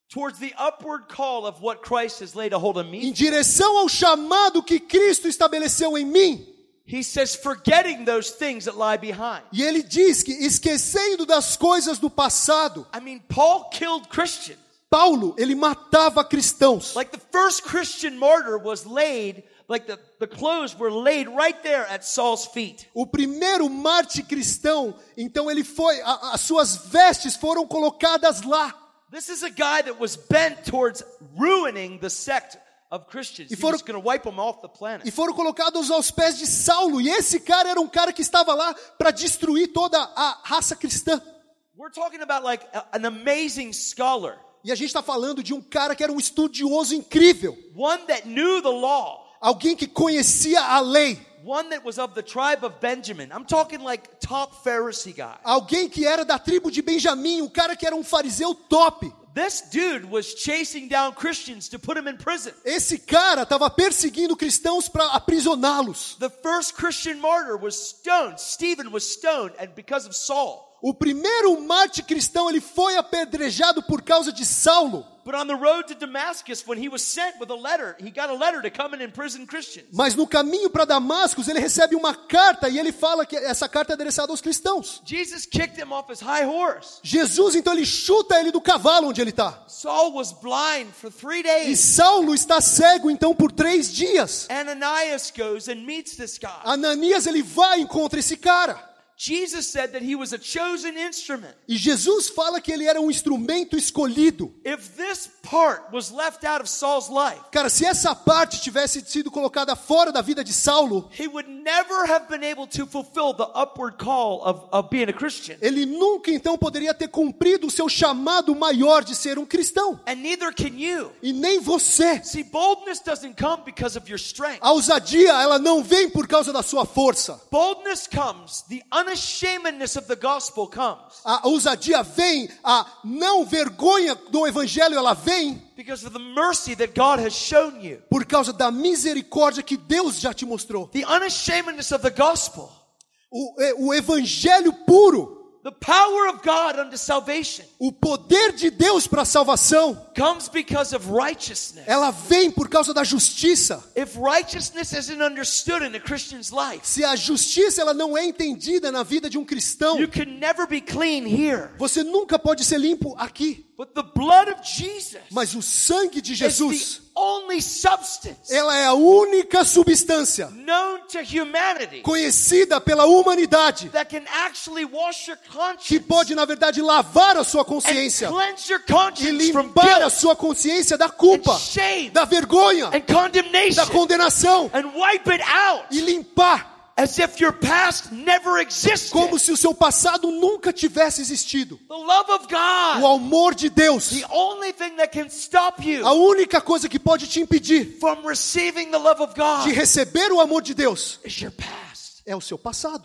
towards the upward call of what Christ has laid a hold of em me. direção ao chamado que Cristo estabeleceu em mim. He says, forgetting those things that lie behind. E ele diz que esquecendo das coisas do passado, I mean, Paul killed Christians. Paulo, ele matava cristãos. Like the first Christian martyr was laid, like the, the clothes were laid right there at Saul's feet. O primeiro mártir cristão, então ele foi, a, as suas vestes foram colocadas lá. This is a guy that was bent towards ruining the sect of Christians. E He foram- was going to wipe them off the planet. E foram colocados aos pés de Saulo. E esse cara era um cara que estava lá para destruir toda a raça cristã. We're talking about like a, an amazing scholar, E a gente está falando de um cara que era um estudioso incrível. one that knew the law, Alguém que conhecia a lei. one that was of the tribe of Benjamin. I'm talking like top Pharisee guy. Alguém que era da tribo de Benjamim. Um cara que era um fariseu top. This dude was chasing down Christians to put them in prison. Esse cara estava perseguindo cristãos para aprisioná-los. The first Christian martyr was stoned. Stephen was stoned, and because of Saul. O primeiro mártir cristão, ele foi apedrejado por causa de Saulo. But on the road to Damascus, when he was sent with a letter, he got a letter to come and imprison Christians. Mas no caminho para Damasco, ele recebe uma carta e ele fala que essa carta é endereçada aos cristãos. Jesus kicked him off his high horse. Jesus, então, ele chuta ele do cavalo onde ele está. Saul was blind for three E days. Saulo está cego, então, por três dias. Ananias goes and meets this guy. Ananias, ele vai e encontra esse cara. Jesus said that he was a chosen instrument. E Jesus fala que ele era um instrumento escolhido. If this part was left out of Saul's life, Cara, se essa parte tivesse sido colocada fora da vida de Saulo, he would never have been able to fulfill the upward call of, of being a Christian. ele nunca, então, poderia ter cumprido o seu chamado maior de ser um cristão. And neither can you. E nem você. See, boldness doesn't come because of your strength. A ousadia, ela não vem por causa da sua força. Boldness comes, the unashamedness of the gospel comes A ousadia vem, a não vergonha do evangelho, ela vem because of the mercy that God has shown you. por causa da misericórdia que Deus já te mostrou. The unashamedness of the gospel, O, é, o evangelho puro, the power of God unto salvation, o poder de Deus para a salvação, comes because of righteousness. ela vem por causa da justiça. If righteousness isn't understood in a Christian's life, Se a justiça ela não é entendida na vida de um cristão, you can never be clean here. você nunca pode ser limpo aqui. But the blood of Jesus Mas o sangue de is Jesus, the only substance ela é a única substância known to humanity conhecida pela humanidade that can actually wash your que conscience pode, na verdade, lavar a sua and consciência cleanse your e conscience from limpar a guilt sua consciência da culpa, and shame da vergonha, and condemnation da condenação and wipe it out e limpar as if your past never existed. como se o seu passado nunca tivesse existido. The love of O God, amor de Deus, the only thing that can stop you a única coisa que pode te impedir from receiving the love of de God receber o amor de Deus is your past. é o seu passado.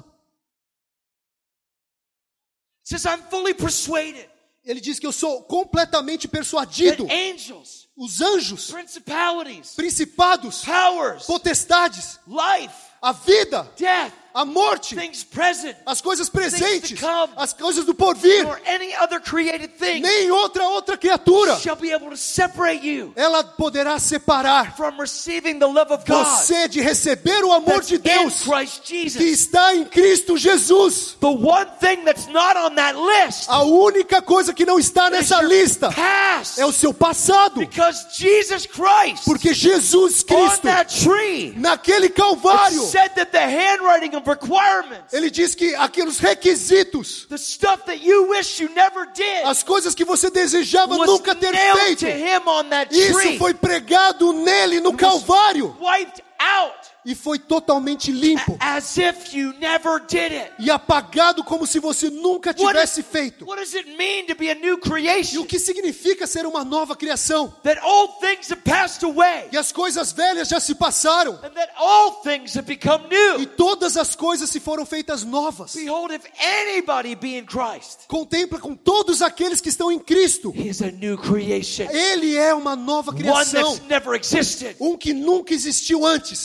It says, I'm fully persuaded Ele diz que eu sou completamente that persuadido. angels, Os anjos, principalities, principados, powers, potestades, life, a vida, death, a morte, things present, as coisas presentes, come, as coisas do porvir, or any other created thing nem outra outra criatura, shall be able to separate you ela poderá separar from receiving the love of God você de receber o amor that's de in Deus Christ que Jesus. está em Cristo Jesus. The one thing that's not on that list A única coisa que não está is nessa your lista past, é o seu passado, because Jesus Christ porque Jesus on Cristo, that tree naquele it Calvário, said that the handwriting of requirements, ele diz que aqueles requisitos, the stuff that you wish you never did, as coisas que você desejava was nunca ter nailed feito, to him on that isso tree, foi pregado nele no Calvário wiped out e foi totalmente limpo as if you never did it. e apagado como se você nunca What, tivesse is, feito. what does it mean to be a new E creation? o que significa ser uma nova criação? That old things have passed away Que as coisas velhas já se passaram and that all things have become e new. todas as coisas se foram feitas novas. Behold, if anybody be in Christ, Contempla com todos aqueles que estão em Cristo. he is a new creation, Ele é uma nova one criação, that's never existed. um que nunca existiu antes. And I've got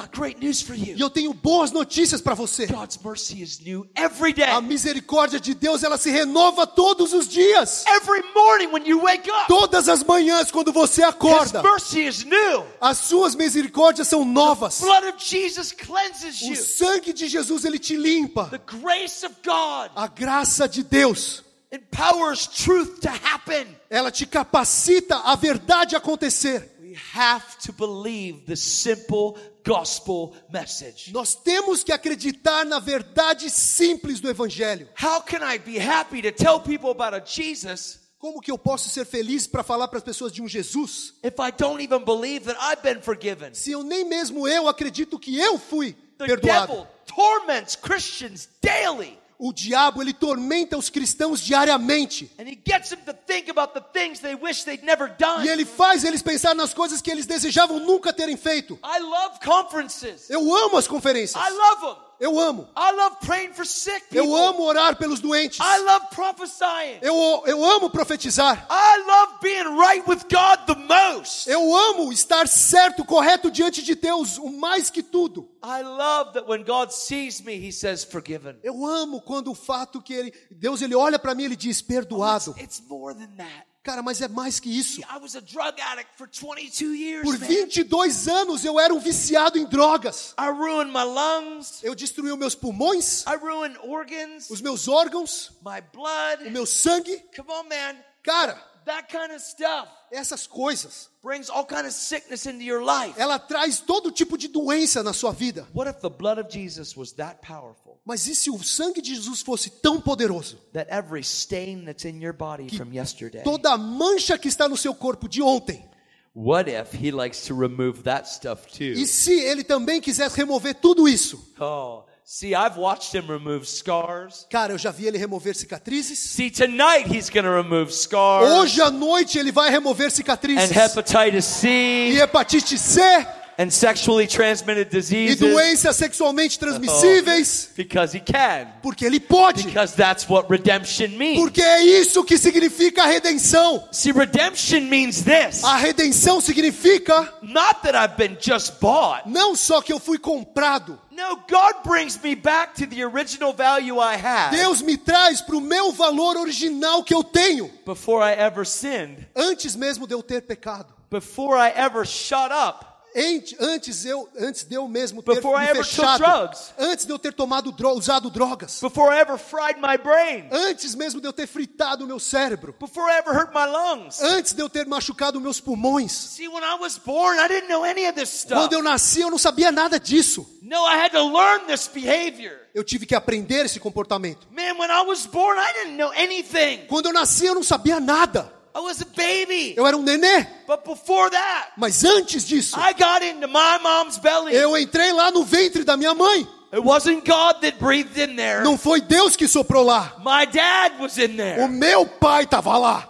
got great news for you. E eu tenho boas notícias para você. God's mercy is new every day. A misericórdia de Deus, ela se renova todos os dias. Every morning when you wake up. Todas as manhãs quando você acorda. His mercy is new. As suas misericórdias são novas. The blood of Jesus cleanses you. O sangue de Jesus, ele te limpa. The grace of God. A graça de Deus empowers truth to happen. Ela te capacita a verdade acontecer. We have to believe the simple gospel message. Nós temos que acreditar na verdade simples do evangelho. How can I be happy to tell people about a Jesus? Como que eu posso ser feliz para falar para as pessoas de um Jesus? If I don't even believe that I've been forgiven. Se eu nem mesmo eu acredito que eu fui The perdoado. devil torments Christians daily. O diabo, ele tormenta os cristãos diariamente. And he gets them to think about the things they wish they'd never done. E ele faz eles pensar nas coisas que eles desejavam nunca terem feito. I love conferences. Eu amo as conferências. I love them. Eu amo. I love praying for sick people. Eu amo orar pelos doentes. I love prophesying. Eu, eu amo profetizar. I love being right with God the most. Eu amo estar certo, correto diante de Deus, o mais que tudo. I love that when God sees me, He says forgiven. Eu amo quando o fato que ele, Deus ele olha para mim e ele diz perdoado. Oh, it's, it's more than that. Cara, mas é mais que isso. I was a drug addict for twenty-two years, Por man. vinte e dois anos eu era um viciado em drogas. I ruined my lungs. Eu destruí os meus pulmões, I ruined organs. os meus órgãos, My blood. o meu sangue. Come on, man. Cara, That kind of stuff essas coisas, brings all kind of sickness into your life. ela traz todo tipo de doença na sua vida. What if the blood of Jesus was that powerful Mas e se o sangue de Jesus fosse tão poderoso? that every stain that's in your body Que from yesterday? toda a mancha que está no seu corpo de ontem. What if He likes to remove that stuff too? E se ele também quisesse remover tudo isso? Oh, see, I've watched Him remove scars. Cara, eu já vi ele remover cicatrizes. See, tonight He's going to remove scars Hoje à noite ele vai remover and cicatrizes. hepatitis E C hepatite C. and sexually transmitted E diseases doenças sexualmente transmissíveis. because He can. Porque ele pode. Because that's what redemption means. Porque é isso que significa a redenção. See, redemption means this. A redenção significa Not that I've been just bought. não só que eu fui comprado. No, God brings me back to the original value I had Deus me traz para o meu valor original que eu tenho. before I ever sinned, Antes mesmo de eu ter pecado. before I ever shut up, Antes, eu, antes de eu mesmo ter Before I me ever took fechado. drugs. Antes de eu ter tomado dro- usado drogas. before I ever fried my brain, Antes mesmo de eu ter fritado o meu cérebro. before I ever hurt my lungs. Antes de eu ter machucado meus pulmões. See, when I was born, I didn't know any of this stuff. Quando eu nasci, eu não sabia nada disso. No, I had to learn this behavior. Eu tive que aprender esse comportamento. Man, when I was born, I didn't know anything. Quando eu nasci, eu não sabia nada. I was a baby. Eu era um nenê. But before that, Mas antes disso, I got into my mom's belly. eu entrei lá no ventre da minha mãe. It wasn't God that breathed in there. Não foi Deus que soprou lá. My dad was in O there. meu pai estava lá.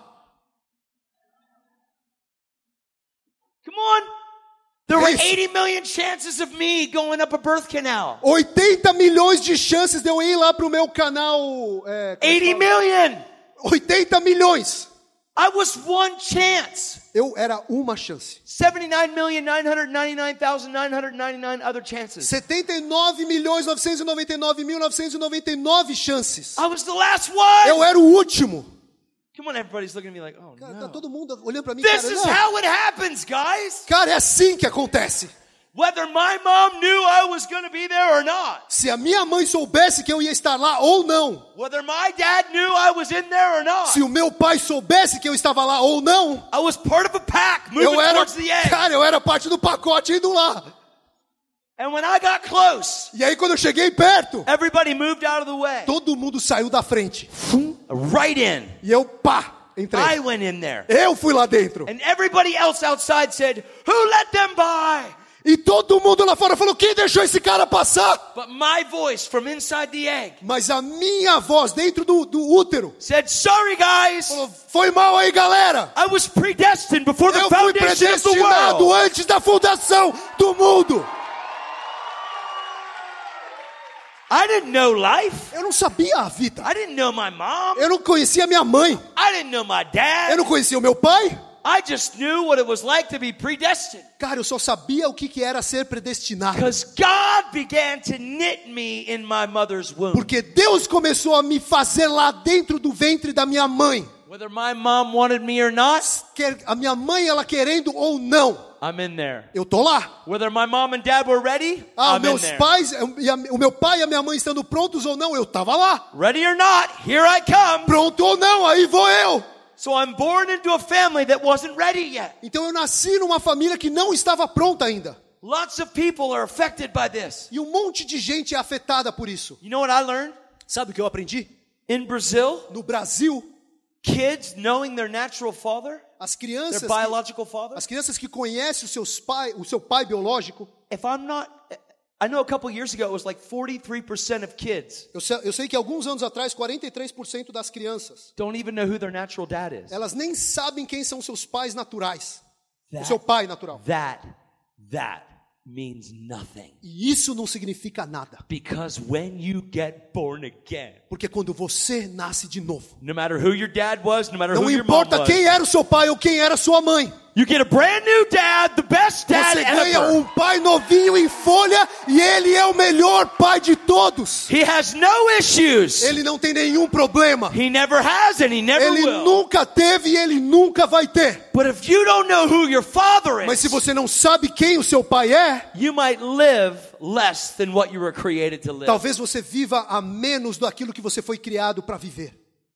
Come on. There were Isso. eighty million chances of me going up a birth canal. oitenta milhões de chances de eu ir lá pro meu canal. É, como é que eighty fala? million. oitenta milhões. I was one chance. Eu era uma chance. seventy-nine million nine hundred ninety-nine thousand nine hundred ninety-nine other chances. setenta e nove milhões novecentos e noventa e nove mil novecentos e noventa e nove chances. I was the last one. Eu era o último. Come on, everybody's looking at me like, oh Cara, tá no. todo mundo olhando pra mim. This Cara, is não. how it happens, guys. Cara, é assim que acontece. Whether my mom knew I was going to be there or not. Se a minha mãe soubesse que eu ia estar lá ou não. Whether my dad knew I was in there or not. Se o meu pai soubesse que eu estava lá ou não. I was part of a pack moving Eu era, towards the end. cara, eu era parte do pacote indo lá. And when I got close, E aí quando eu cheguei perto, everybody moved out of the way. todo mundo saiu da frente. Right in. E eu, pá, entrei. I went in there. Eu fui lá dentro. And everybody else outside said, who let them by? E todo mundo lá fora falou, quem deixou esse cara passar? But my voice from inside the egg Mas a minha voz dentro do, do útero said, sorry guys, falou, foi mal aí, galera. I was predestined before the Eu fui foundation of the predestinado world. antes da fundação do mundo. I didn't know life. Eu não sabia a vida. I didn't know my mom. Eu não conhecia minha mãe. I didn't know my dad. Eu não conhecia o meu pai. I just knew what it was like to be predestined. Cara, eu só sabia o que que era ser predestinado. Because God began to knit me in my mother's womb. Porque Deus começou a me fazer lá dentro do ventre da minha mãe. Whether my mom wanted me or not, Quer a minha mãe, ela querendo ou não, I'm in there. eu tô lá. Whether my mom and dad were ready, Ah, I'm in meus there. pais, e a- o meu pai e a minha mãe estando prontos ou não, eu tava lá. Ready or not, here I come. Pronto ou não, aí vou eu. So I'm born into a family that wasn't ready yet. Então eu nasci numa família que não estava pronta ainda. Lots of people are affected by this. E um monte de gente é afetada por isso. You know what I learned? Sabe o que eu aprendi? In Brazil, No Brasil, kids knowing their natural father, as their crianças, que, biological father. as crianças que conhecem os seus pai, o seu pai biológico, If I'm not, I know a couple years ago it was like forty-three percent of kids eu sei, eu sei que alguns anos atrás, quarenta e três por cento das crianças, don't even know who their natural dad is. elas nem sabem quem são seus pais naturais. O That, seu pai natural. that, that means nothing. E isso não significa nada. Because when you get born again, Porque quando você nasce de novo, no matter who your dad was, no matter não who your mom importa was, quem era o seu pai ou quem era a sua mãe, you get a brand new dad, the best dad você ganha ever. um pai novinho em folha e ele é o melhor pai de todos. He has no issues. Ele não tem nenhum problema. He never has and he never Ele will. nunca teve e ele nunca vai ter. But if you don't know who your father Mas se is, você não sabe quem o seu pai é, you might live less than what you were created to live. talvez você viva a menos daquilo que você foi criado para viver.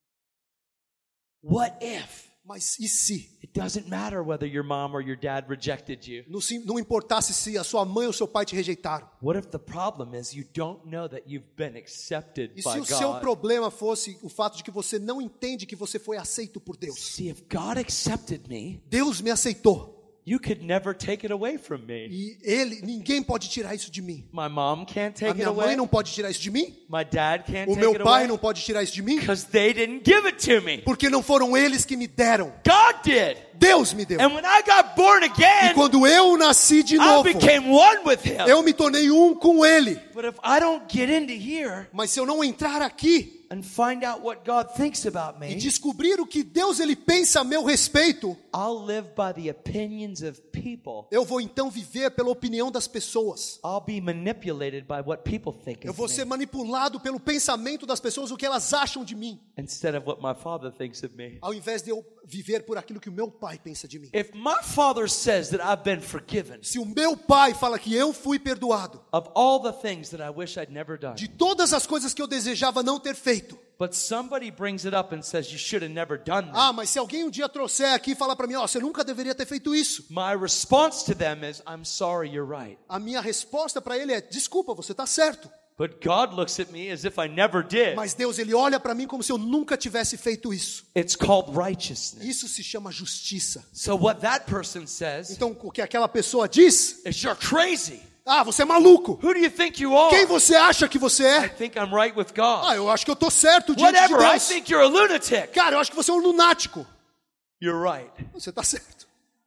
What if? Mas e se? It doesn't matter whether your mom or your dad rejected you. Não, se, não importasse se a sua mãe ou seu pai te rejeitaram. What if the problem is you don't know that you've been accepted E by se o seu God? problema fosse o fato de que você não entende que você foi aceito por Deus? See, if God accepted me, Deus me aceitou. you could never take it away from me. E ele, ninguém pode tirar isso de mim. My mom can't A take it minha away. mãe não pode tirar isso de mim. My dad can't O take meu it pai away. não pode tirar isso de mim. Because they didn't give it to me. Porque não foram eles que me deram. God did. Deus me deu. And when I got born E again, quando eu nasci de I novo, became one with Him. eu me tornei um com ele. But if I don't get into here Mas se eu não entrar aqui and find out what God thinks about e me, descobrir o que Deus ele pensa a meu respeito, I'll live by the opinions of people. eu vou então viver pela opinião das pessoas. I'll be manipulated by what people think Eu of vou ser me manipulado pelo pensamento das pessoas, o que elas acham de mim, instead of what my father thinks of me. ao invés de eu viver por aquilo que o meu pai pensa de mim. If my father says that I've been forgiven Se o meu pai fala que eu fui perdoado of all the things that I wish I'd never done, de todas as coisas que eu desejava não ter feito, but somebody brings it up and says you should have never done that, ah, mas se alguém um dia trouxer aqui e falar para mim, ó, você nunca deveria ter feito isso, my response to them is, I'm sorry, you're right. a minha resposta para ele é, desculpa, você está certo. But God looks at me as if I never did. Mas Deus, ele olha para mim como se eu nunca tivesse feito isso. It's called righteousness. Isso se chama justiça. So what that person says Então, o que aquela pessoa diz, is you're crazy. ah, você é maluco. Who do you think you are? Quem você acha que você I é? think I'm right with God. Ah, eu acho que eu tô certo diante de Whatever, I Deus. think you're a lunatic. Cara, eu acho que você é um lunático. You're right. Você está certo.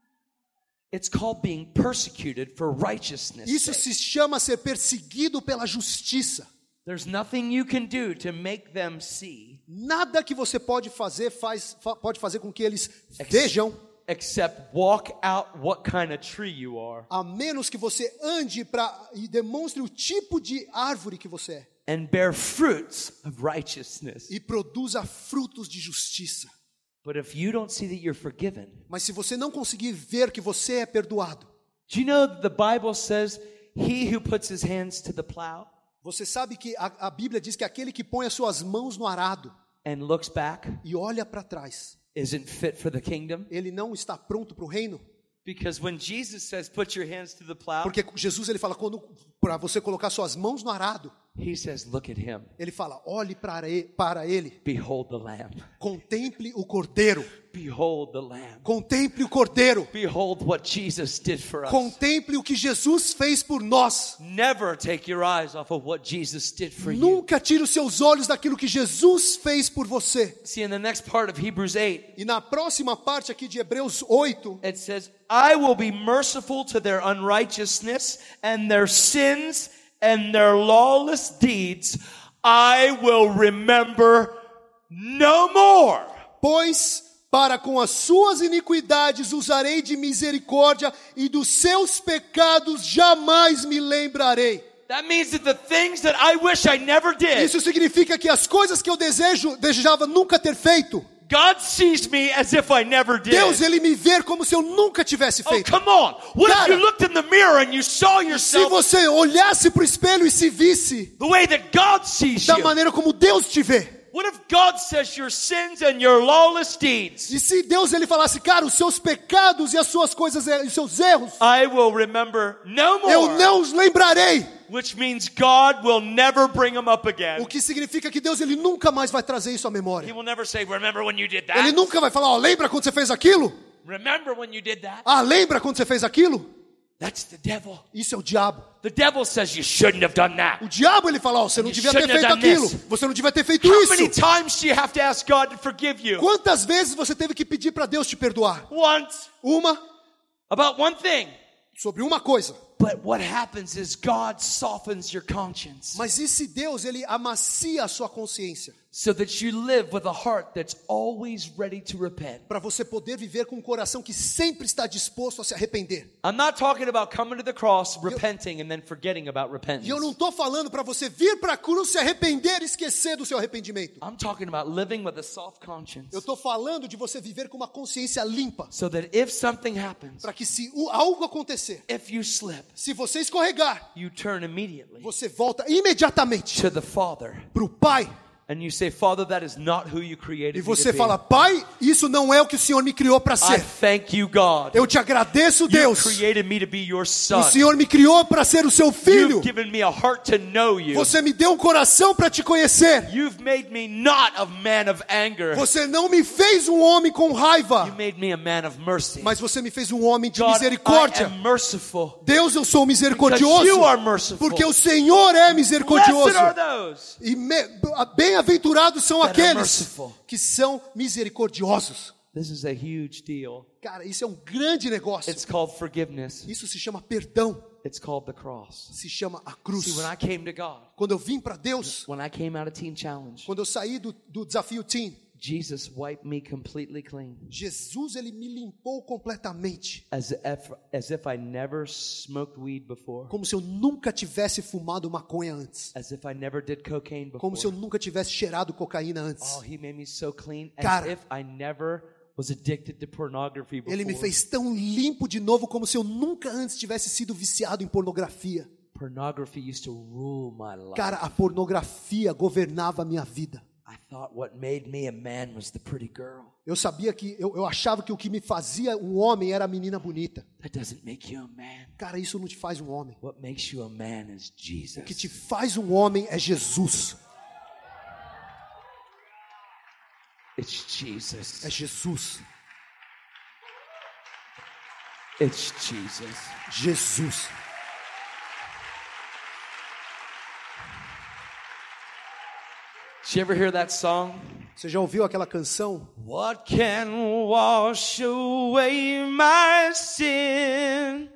It's called being persecuted for righteousness. Isso sake. se chama ser perseguido pela justiça. There's nothing you can do to make them see Nada que você pode fazer faz, fa- pode fazer com que eles vejam, except walk out what kind of tree you are a menos que você ande pra, e demonstre o tipo de árvore que você é. and bear fruits of righteousness. E produza frutos de justiça. But if you don't see that you're forgiven, Mas se você não conseguir ver que você é perdoado, do you know that the Bible says he who puts his hands to the plow você sabe que a, a Bíblia diz que aquele que põe as suas mãos no arado and looks back e olha para trás, isn't fit for the kingdom? ele não está pronto para o reino. Because when Jesus says put your hands to the plow, Porque Jesus ele fala, quando para você colocar suas mãos no arado, he says look at him. ele fala, olhe para ele, para ele, Behold the lamb. contemple o cordeiro, Behold the lamb. contemple o cordeiro, Behold what Jesus did for us. contemple o que Jesus fez por nós. Never take your eyes off of what Jesus did for you. Nunca tire os seus olhos daquilo que Jesus fez por você. See, in the next part of Hebrews eight, E na próxima parte aqui de Hebreus oito, it says, I will be merciful to their unrighteousness and their sins and their lawless deeds I will remember no more. pois para com as suas iniquidades usarei de misericórdia e dos seus pecados jamais me lembrarei. That means that the things that I wish I never did, Isso significa que as coisas que eu desejo, desejava nunca ter feito, God sees me as if I never did. Deus, Ele me vê como se eu nunca tivesse Oh, feito. come on. What Cara, if you looked in the mirror and you saw Se yourself você olhasse para o espelho e se visse the way that God sees da you? maneira como Deus te vê. What if God says your sins and your lawless deeds, E se Deus ele falasse, cara, os seus pecados e as suas coisas, e os seus erros, I will remember no more? eu não os lembrarei. Which means God will never bring them up again. O que significa que Deus ele nunca mais vai trazer isso à He memória. will never say, remember when you did that? Ele nunca vai falar, ó, lembra quando você fez aquilo? Remember when you did that? Ah, lembra quando você fez aquilo? That's the devil. Isso é o diabo. The devil says you shouldn't have done that. O diabo ele fala, ó, você não You devia ter shouldn't feito have done aquilo. this. Você não devia ter feito How many isso. times do you have to ask God to forgive you? Quantas vezes você teve que pedir para Deus te perdoar? Once. Uma, About one thing. sobre uma coisa. But what happens is God softens your conscience Mas e se Deus ele amacia a sua consciência? so that you live with a heart that's always ready to repent. Para você poder viver com um coração que sempre está disposto a se arrepender. I'm not talking about coming to the cross, repenting, and then forgetting about repentance. E eu não estou falando para você vir para a cruz, se arrepender e esquecer do seu arrependimento. I'm talking about living with a soft conscience Eu estou falando de você viver com uma consciência limpa. so that if something happens, Para que se o- algo acontecer, if you slip, se você escorregar, you turn immediately você volta imediatamente to the Father para o Pai. and you say, Father, that is not who you created E me to você be. fala, Pai, isso não é o que o Senhor me criou para I ser. thank you, God. Eu te agradeço, You Deus. created me to be your son. O Senhor me criou para ser o seu filho. You've given me a heart to know you. Você me deu um coração para te conhecer. You've made me not a man of anger. Você não me fez um homem com You raiva, made me a man of mercy. mas você me fez um homem de God, I misericórdia. am merciful Deus, eu sou because misericordioso, you are merciful. porque o Senhor é Blessed misericordioso. are those E me- bem-aventurados são that are aqueles merciful. que são misericordiosos. This is a huge deal. Cara, isso é um grande negócio. It's called forgiveness. Isso se chama perdão, It's called the cross. se chama a cruz. See, when I came to God, Quando eu vim para Deus, when I came out of Teen Challenge, quando eu saí do, do desafio Teen, Jesus wiped me completely clean. Jesus ele me limpou completamente, As if, as if I never smoked weed before. como se eu nunca tivesse fumado maconha antes, As if I never did cocaine before. como se eu nunca tivesse cheirado cocaína antes. Oh, he made me so clean. As Cara, if I never was addicted to pornography before. Ele me fez tão limpo de novo, como se eu nunca antes tivesse sido viciado em pornografia. Pornography used to rule my life. Cara, a pornografia governava a minha vida. I thought what made me a man was the pretty girl. Eu sabia que, eu, eu achava que o que me fazia um homem era a menina bonita. That doesn't make you a man. Cara, isso não te faz um homem. What makes you a man is Jesus. O que te faz um homem é Jesus. It's Jesus. É Jesus. It's Jesus. Jesus. Did you ever hear that song? Você já ouviu aquela canção? What can wash away my sin?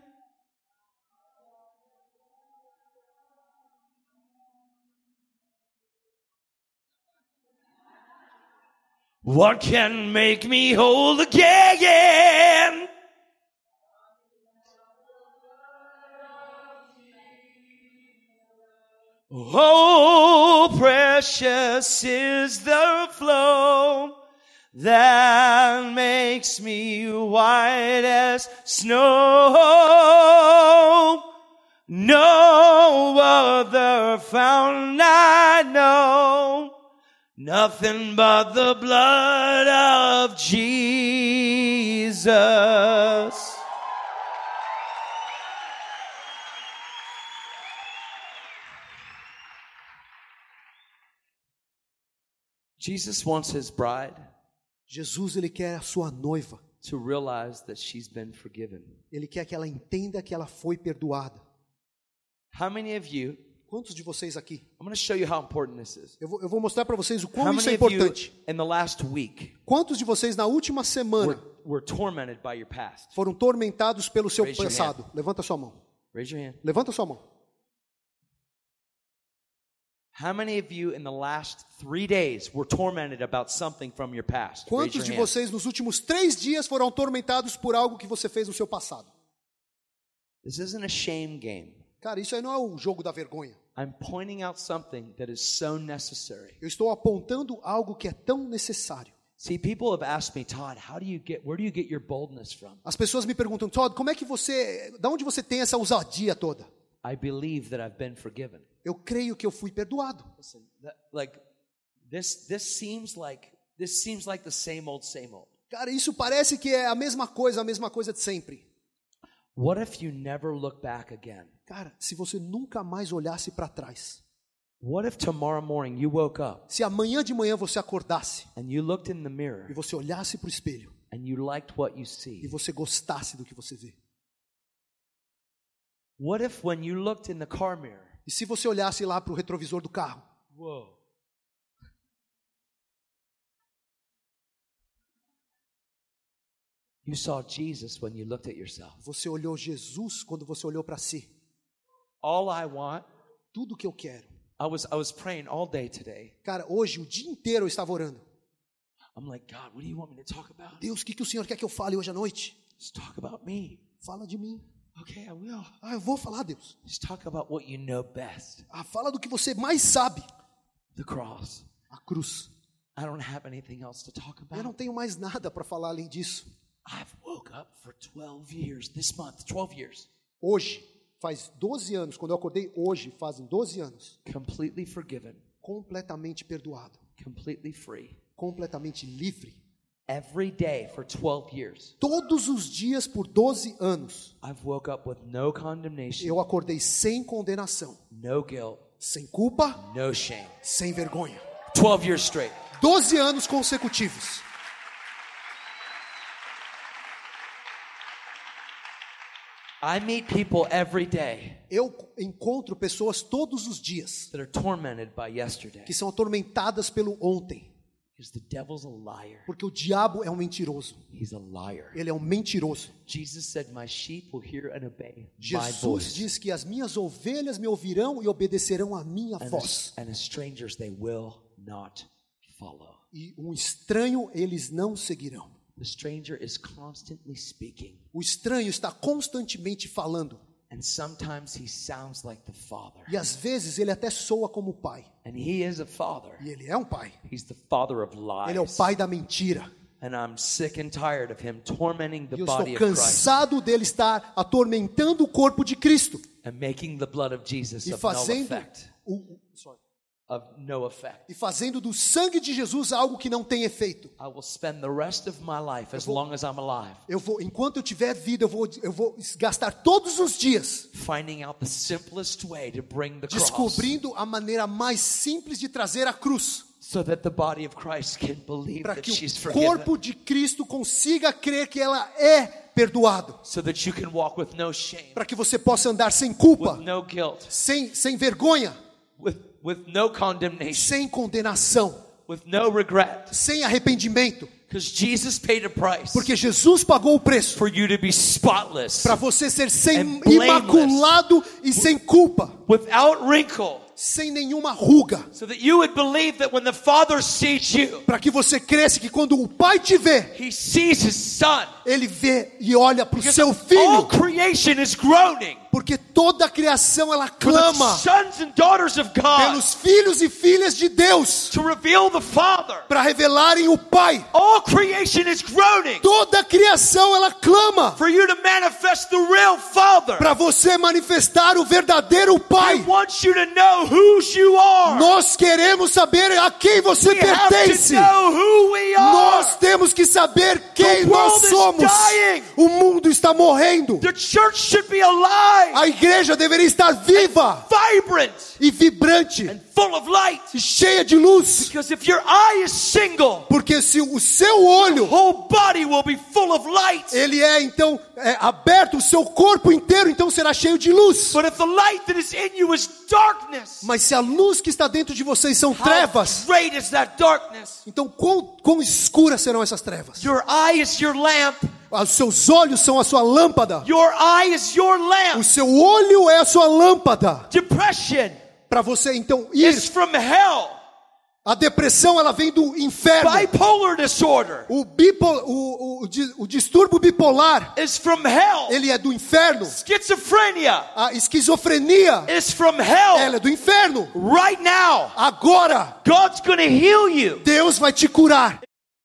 What can make me whole again? Oh, precious is the flow that makes me white as snow. No other fountain I know, nothing but the blood of Jesus. Jesus wants his bride Jesus, ele quer a sua noiva. to realize that she's been forgiven. Ele quer que ela entenda que ela foi perdoada. How many of you, Quantos de vocês aqui? I'm going to show you how important this is. Eu vou, eu vou mostrar para vocês o How quão isso é many of you importante. in the last week Quantos de vocês na última semana were, were tormented by your past? foram tormentados pelo seu Raise your passado? Levanta sua mão. Raise your hand. Levanta sua mão. How many of you in the last three days were tormented about something from your past? Quantos de vocês nos últimos três dias foram atormentados por algo que você fez no seu passado? This isn't a shame game. Cara, isso aí não é o jogo da vergonha. I'm pointing out something that is so necessary. Eu estou apontando algo que é tão necessário. See, people have asked me, Todd, how do you get, where do you get your boldness from? As pessoas me perguntam, Todd, como é que você, da onde você tem essa ousadia toda? I believe that I've been forgiven. Eu creio que eu fui perdoado. Listen, that, like this, this seems like this seems like the same old, same old. Cara, isso parece que é a mesma coisa, a mesma coisa de sempre. What if you never look back again? Cara, se você nunca mais olhasse para trás. What if tomorrow morning you woke up Se amanhã de manhã você acordasse and you looked in the mirror e você olhasse para o espelho and you liked what you see? e você gostasse do que você vê. What if when you looked in the car mirror, E se você olhasse lá para o retrovisor do carro, whoa, you saw Jesus when you looked at yourself? você olhou Jesus quando você olhou para si. All I want, Tudo que eu quero. I was I was praying all day today. Cara, hoje, o dia inteiro eu estava orando. I'm like, God, what do you want me to talk about? Deus, o que, que o Senhor quer que eu fale hoje à noite? Just talk about me. Fala de mim. Okay, I will. Ah, eu vou falar, Deus. Just talk about what you know best. Ah, fala do que você mais sabe. The cross. A cruz. I don't have anything else to talk Eu não about. tenho mais nada para falar além disso. I've woke up for twelve years this month, twelve years. Hoje, faz doze anos, quando eu acordei hoje, fazem doze anos, Completely forgiven, completamente perdoado, completely free. completamente livre. Every day for twelve years, Todos os dias por doze anos, I've woke up with no condemnation, eu acordei sem condenação, no guilt, sem culpa, no shame. sem vergonha. twelve years straight. doze anos consecutivos. I meet people every day Eu encontro pessoas todos os dias that are tormented by yesterday. que são atormentadas pelo ontem, Because the devil's a liar. porque o diabo é um mentiroso. He's a liar. Ele é um mentiroso. Jesus said, "My sheep will hear and obey my Jesus voice, diz que as minhas ovelhas me ouvirão e obedecerão à minha and voz. as, and as strangers they will not follow." E um estranho eles não seguirão. The stranger is constantly speaking, O estranho está constantemente falando. and sometimes he sounds like the Father. E às vezes ele até soa como pai. And he is a father. E ele é um pai. He's the father of Ele é o lies. pai da mentira. And I'm sick and tired of him tormenting the E eu body estou of Christ cansado dele estar atormentando o corpo de Cristo. and making the blood of Jesus E of no fazendo, effect. o, o- sorry. Of no effect. e fazendo do sangue de Jesus algo que não tem efeito. I will spend the rest of my life, as long as I'm alive, Eu vou, enquanto eu tiver vida, eu vou, eu vou gastar todos os dias finding out the simplest way to bring the cross, descobrindo a maneira mais simples de trazer a cruz, so that the body of Christ can believe para that que she's o forgiven, corpo de Cristo consiga crer que ela é perdoado, so that you can walk with no shame, para que você possa andar sem culpa, with no guilt, sem, sem vergonha, with with no condemnation, sem condenação, with no regret, sem arrependimento, because Jesus paid a price porque Jesus pagou o preço for you to be spotless, para você ser sem and blameless, imaculado e sem culpa, without wrinkle, sem nenhuma ruga, so that you would believe that when the Father sees you, para que você cresça que quando o Pai te vê, He sees His Son. Ele vê e olha para o Because seu all filho, creation is groaning porque toda a criação ela for the clama sons and daughters of God pelos filhos e filhas de Deus to reveal the Father. para revelarem o Pai. All creation is groaning Toda a criação ela clama for you to manifest the real Father. para você manifestar o verdadeiro I Pai. want you to know whose you are. Nós queremos saber a quem você We have pertence. to know who we are. Nós temos que saber quem The nós world is somos. dying. O mundo está morrendo. The church should be alive, A igreja deveria estar viva vibrant, e vibrante and full of light. e cheia de luz. Because if your eye is single, Porque se o seu the olho whole body will be full of light. ele é então é, aberto, o seu corpo inteiro então será cheio de luz. But if the light that is in you is darkness, Mas se a luz que está dentro de vocês são how trevas, great is that darkness? então quão, quão escuras serão essas trevas? Your eye is your lamp. Os seus olhos são a sua lâmpada. Your eye is your O lamp. seu olho é a sua lâmpada. Depression, para você então ir. is from hell. A depressão, ela vem do inferno. Bipolar disorder O, bipol, o, o, o, di- o distúrbio bipolar, is from hell. ele é do inferno. Schizophrenia A esquizofrenia, is from hell. ela é do inferno. Right now, Agora, God's going to heal you. Deus vai te curar.